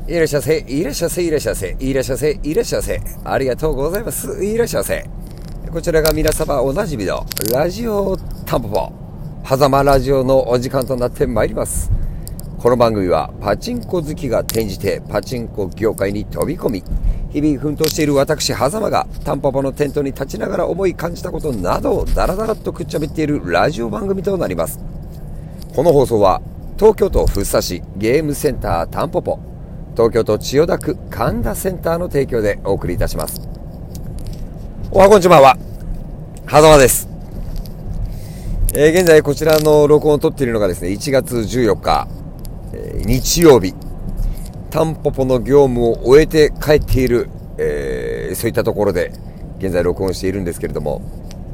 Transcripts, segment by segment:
いらっしゃいませ、いらっしゃいませ、いらっしゃいませ、いらっしゃいませ、いらっしゃいませ。ありがとうございます。いらっしゃいませ。こちらが皆様おなじみのラジオタンポポ、狭間ラジオのお時間となってまいります。この番組はパチンコ好きが転じてパチンコ業界に飛び込み、日々奮闘している私狭間がタンポポのテントに立ちながら思い感じたことなどをダラダラとくっちゃべっているラジオ番組となります。この放送は東京都福生市ゲームセンタータンポポ、東京都千代田区神田センターの提供でお送りいたします。おはこんちばんは、狭間です。現在こちらの録音を撮っているのがですね、1月14日、日曜日、タンポポの業務を終えて帰っている、そういったところで現在録音しているんですけれども、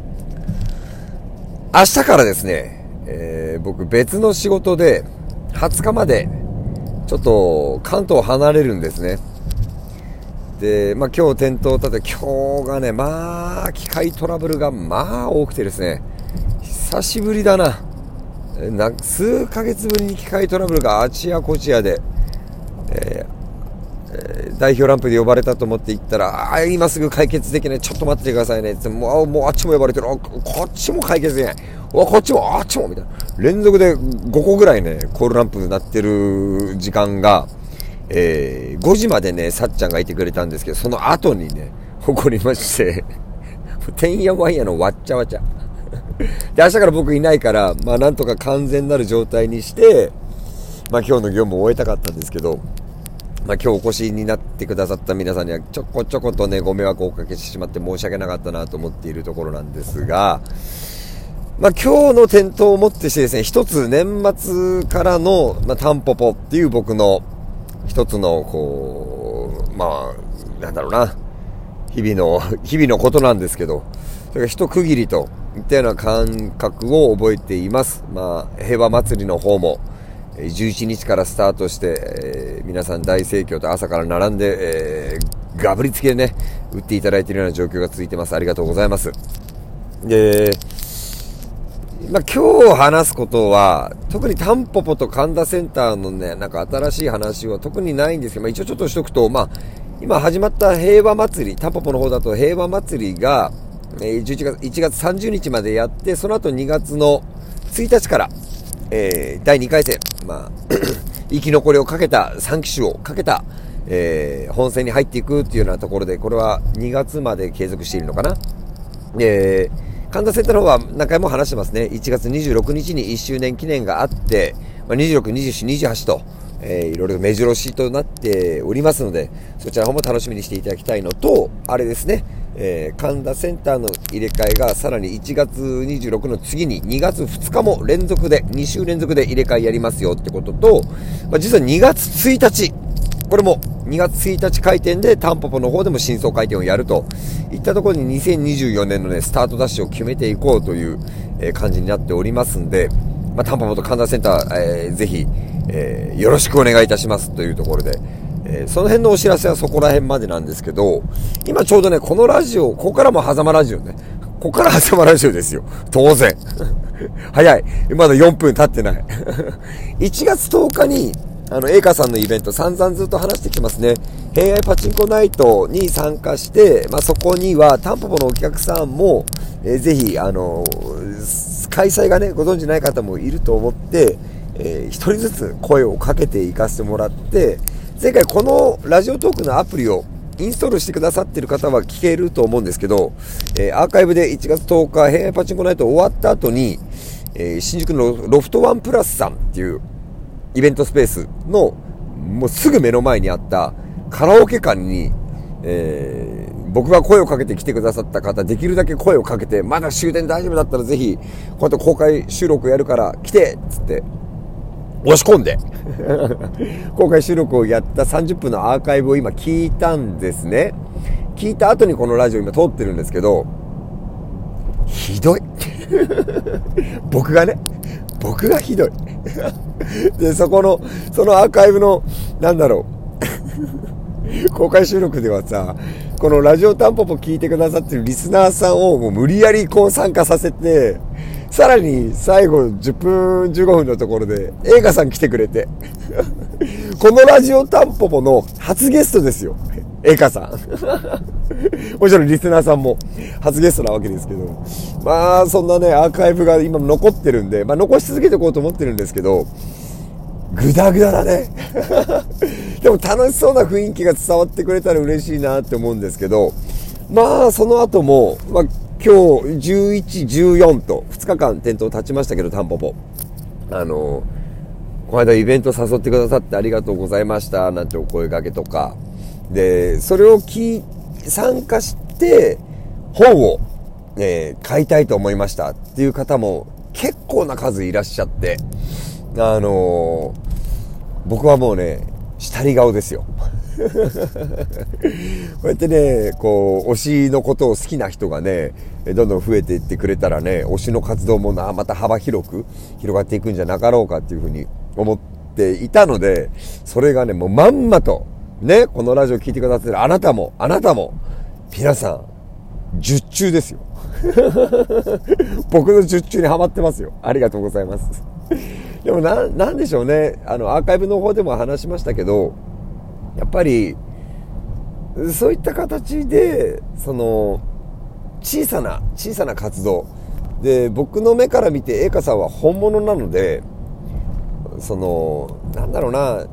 明日からですね、僕別の仕事で20日までちょっと関東を離れるんですね。で、今日店頭を立て、今日がね、機械トラブルが多くてですね、久しぶりだな。数ヶ月ぶりに機械トラブルがあちやこちやで、代表ランプで呼ばれたと思って行ったら、今すぐ解決できない、ちょっと待っててくださいねって、もうあっちも呼ばれてる、こっちも解決できない、こっちもあっちもみたいな、連続で5個ぐらいねコールランプになってる時間が、5時までねさっちゃんがいてくれたんですけど、その後にね起こりましててんやわんやのわっちゃわちゃで、明日から僕いないから、なんとか完全なる状態にして、今日の業務を終えたかったんですけど、今日お越しになってくださった皆さんにはちょこちょことねご迷惑をおかけしてしまって申し訳なかったなと思っているところなんですが、今日の店頭をもってしてですね、一つ年末からの、タンポポっていう僕の一つのなんだろうな、日々のことなんですけど、それが一区切りといったような感覚を覚えています。平和祭りの方も11日からスタートして、皆さん大盛況と朝から並んで、ガブリつきでね打っていただいているような状況が続いてます。ありがとうございます。で、今日話すことは特にタンポポと神田センターのね新しい話は特にないんですけど、一応ちょっとしとくと、今始まった平和祭り、タンポポの方だと平和祭りが1月30日までやって、その後2月の1日から、第2回戦、生き残りをかけた3期種をかけた、本戦に入っていくっていうようなところで、これは2月まで継続しているのかな。神田センターの方は何回も話してますね。1月26日に1周年記念があって、26、27、28と、いろいろ目白押しとなっておりますので、そちらの方も楽しみにしていただきたいのと、あれですね、神田センターの入れ替えがさらに1月26の次に2月2日も連続で2週連続で入れ替えやりますよってことと、実は2月1日、これも2月1日開店でタンポポの方でも新装開店をやるといったところに、2024年のねスタートダッシュを決めていこうという感じになっておりますんで、タンポポと神田センター、ぜひ、よろしくお願いいたしますというところで、その辺のお知らせはそこら辺までなんですけど、今ちょうどねこのラジオ、ここからも狭間ラジオね、ここから狭間ラジオですよ、当然早い、まだ4分経ってない1月10日にエイカさんのイベント散々ずっと話してきてますね。平愛パチンコナイトに参加して、そこにはタンポポのお客さんも、ぜひ開催がねご存知ない方もいると思って、一人ずつ声をかけていかせてもらって、前回このラジオトークのアプリをインストールしてくださっている方は聞けると思うんですけど、アーカイブで1月10日平愛パチンコナイト終わった後に、新宿のロフトワンプラスさんっていうイベントスペースのもうすぐ目の前にあったカラオケ館に、僕が声をかけて来てくださった方、できるだけ声をかけて、まだ終電大丈夫だったらぜひこうやって公開収録やるから来てっつって押し込んで公開収録をやった30分のアーカイブを今聞いたんですね。聞いた後にこのラジオ今通ってるんですけど、ひどい僕がひどいで、そのアーカイブの公開収録ではさ、このラジオタンポポ聞いてくださってるリスナーさんをもう無理やり参加させて、さらに最後10分15分のところで映画さん来てくれてこのラジオタンポポの初ゲストですよ。エカさん。もちろんリスナーさんも初ゲストなわけですけど。まあ、そんなね、アーカイブが今残ってるんで、まあ残し続けていこうと思ってるんですけど、グダグダだね。でも楽しそうな雰囲気が伝わってくれたら嬉しいなって思うんですけど、まあその後も、まあ今日11、14と2日間店頭立ちましたけど、タンポポ。この間イベント誘ってくださってありがとうございましたなんてお声掛けとか。で、それを参加して本を、買いたいと思いましたっていう方も結構な数いらっしゃって、僕はもうね、下り顔ですよ。こうやってね、こう、推しのことを好きな人がね、どんどん増えていってくれたらね、推しの活動もまた幅広く広がっていくんじゃなかろうかっていうふうに思っていたので、それがね、もうまんまと、ね、このラジオ聞いてくださってるあなたも、皆さん、術中ですよ。僕の術中にハマってますよ。ありがとうございます。でもなんでしょうね、アーカイブの方でも話しましたけど、やっぱり、そういった形で、その、小さな活動。で、僕の目から見て、エイカさんは本物なので、その、なんだろうな、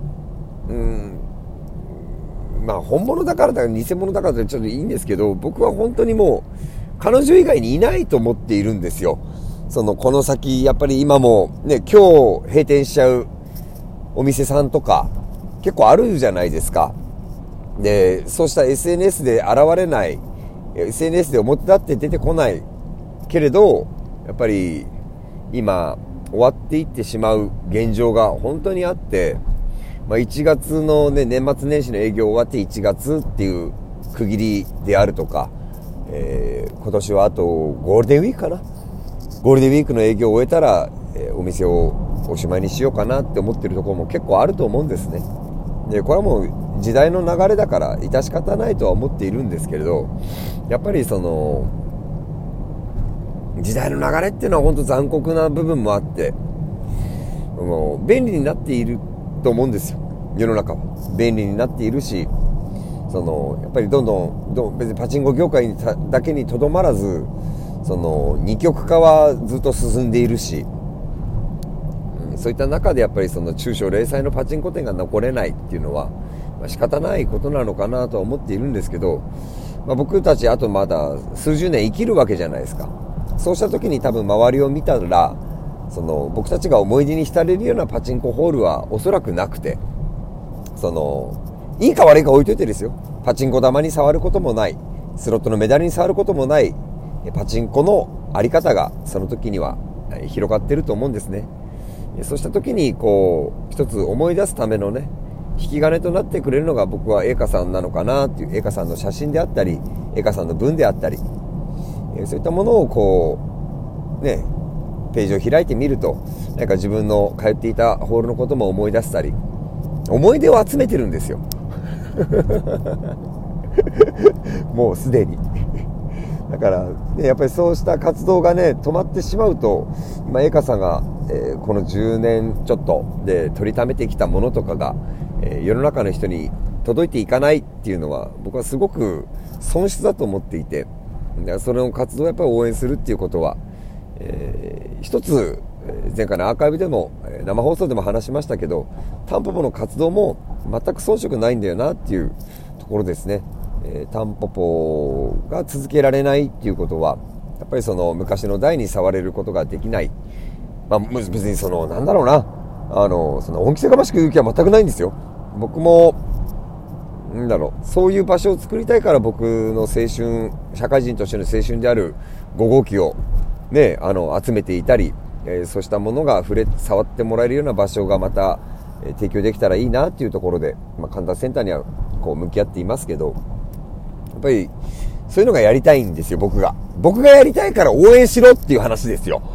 まあ本物だから偽物だからちょっといいんですけど、僕は本当にもう彼女以外にいないと思っているんですよ。この先やっぱり今もね、今日閉店しちゃうお店さんとか結構あるじゃないですか。で、そうした SNS で現れない、SNS で表立って出てこないけれど、やっぱり今終わっていってしまう現状が本当にあって、まあ、1月のね、年末年始の営業終わって1月っていう区切りであるとか、今年はあとゴールデンウィークかな。ゴールデンウィークの営業を終えたら、お店をおしまいにしようかなって思ってるところも結構あると思うんですね。で、これはもう時代の流れだから致し方ないとは思っているんですけれど、やっぱりその時代の流れっていうのは本当残酷な部分もあって、もう便利になっていると思うんですよ。世の中は便利になっているし、やっぱりどんどん別にパチンコ業界だけにとどまらず、二極化はずっと進んでいるし、そういった中でやっぱり中小零細のパチンコ店が残れないっていうのは、仕方ないことなのかなとは思っているんですけど、僕たちあとまだ数十年生きるわけじゃないですか。そうした時に多分周りを見たら、僕たちが思い出に浸れるようなパチンコホールはおそらくなくて、いいか悪いか置いといてですよ。パチンコ玉に触ることもない、スロットのメダルに触ることもない、パチンコのあり方がその時には広がってると思うんですね。そうした時に一つ思い出すためのね、引き金となってくれるのが僕はエイカさんなのかなっていう、エイカさんの写真であったり、エイカさんの文であったり、そういったものをね、ページを開いてみると、なんか自分の通っていたホールのことも思い出したり、思い出を集めてるんですよ。もうすでに。だから、ね、やっぱりそうした活動がね、止まってしまうと、今、エイカさんが、この10年ちょっとで取りためてきたものとかが、世の中の人に届いていかないっていうのは、僕はすごく損失だと思っていて、だからそれの活動をやっぱり応援するっていうことは、一つ、前回のアーカイブでも生放送でも話しましたけど、タンポポの活動も全く遜色ないんだよなっていうところですね。タンポポが続けられないっていうことは、やっぱり昔の代に触れることができない。別になんだろうな、恩着せがましく言う気は全くないんですよ。僕もそういう場所を作りたいから僕の青春、社会人としての青春である5号機をね、集めていたり、そうしたものが触ってもらえるような場所がまた、提供できたらいいなっていうところで、神田センターには向き合っていますけど、やっぱりそういうのがやりたいんですよ。僕がやりたいから応援しろっていう話ですよ。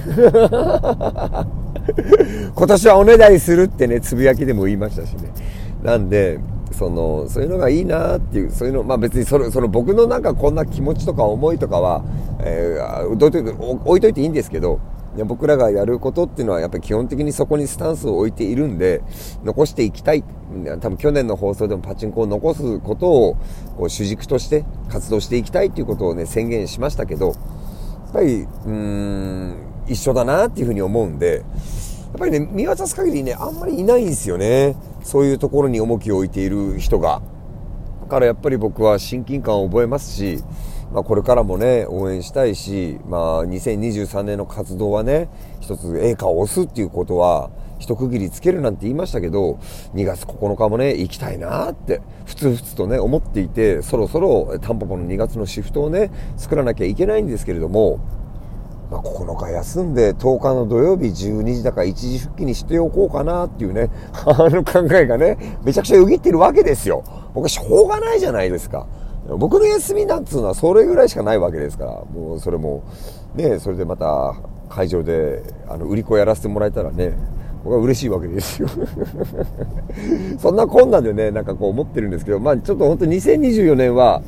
今年はおねだりするってね、つぶやきでも言いましたしね。なんでそういうのがいいなっていう、そういうの、別に僕のなんかこんな気持ちとか思いとかは、置いといていいんですけど、 僕らがやることっていうのはやっぱり基本的にそこにスタンスを置いているんで、残していきたい。多分去年の放送でもパチンコを残すことをこう主軸として活動していきたいということをね、宣言しましたけど、やっぱり、一緒だなっていうふうに思うんで、やっぱりね、見渡す限りね、あんまりいないんですよね。そういうところに重きを置いている人が。だからやっぱり僕は親近感を覚えますし、これからもね、応援したいし、2023年の活動はね、一つ栄華を押すっていうことは、一区切りつけるなんて言いましたけど、2月9日もね、行きたいなって、ふつふつとね、思っていて、そろそろタンポポの2月のシフトをね、作らなきゃいけないんですけれども、9日休んで10日の土曜日12時だから1時復帰にしておこうかなっていうね、考えがね、めちゃくちゃよぎってるわけですよ。僕はしょうがないじゃないですか。僕の休みなんつうのはそれぐらいしかないわけですから、もうそれもね、それでまた会場で売り子やらせてもらえたらね、僕は嬉しいわけですよ。そんなこんなんでね、なんかこう思ってるんですけど、ちょっと本当に2024年は、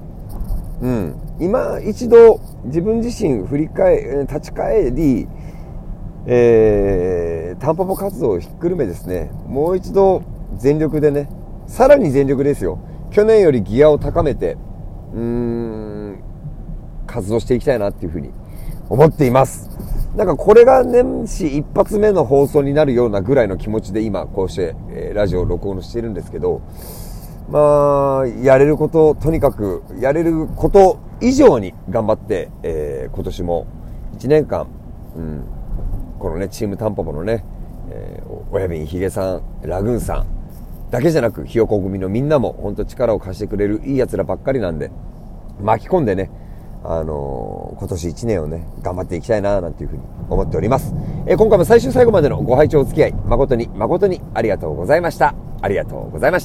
今一度自分自身立ち返り、タンポポ活動をひっくるめですね、もう一度全力でね、さらに全力ですよ。去年よりギアを高めて、活動していきたいなっていうふうに思っています。なんかこれが年始一発目の放送になるようなぐらいの気持ちで今こうして、ラジオを録音しているんですけど、やれること、とにかくやれること以上に頑張って、今年も1年間、このね、チームタンポポのね、親瓶ひげさん、ラグーンさんだけじゃなく、ひよこ組のみんなも本当力を貸してくれるいい奴らばっかりなんで、巻き込んでね、今年1年をね、頑張っていきたいななんていうふうに思っております。今回も最終最後までのご拝聴お付き合い、誠にありがとうございました。ありがとうございました。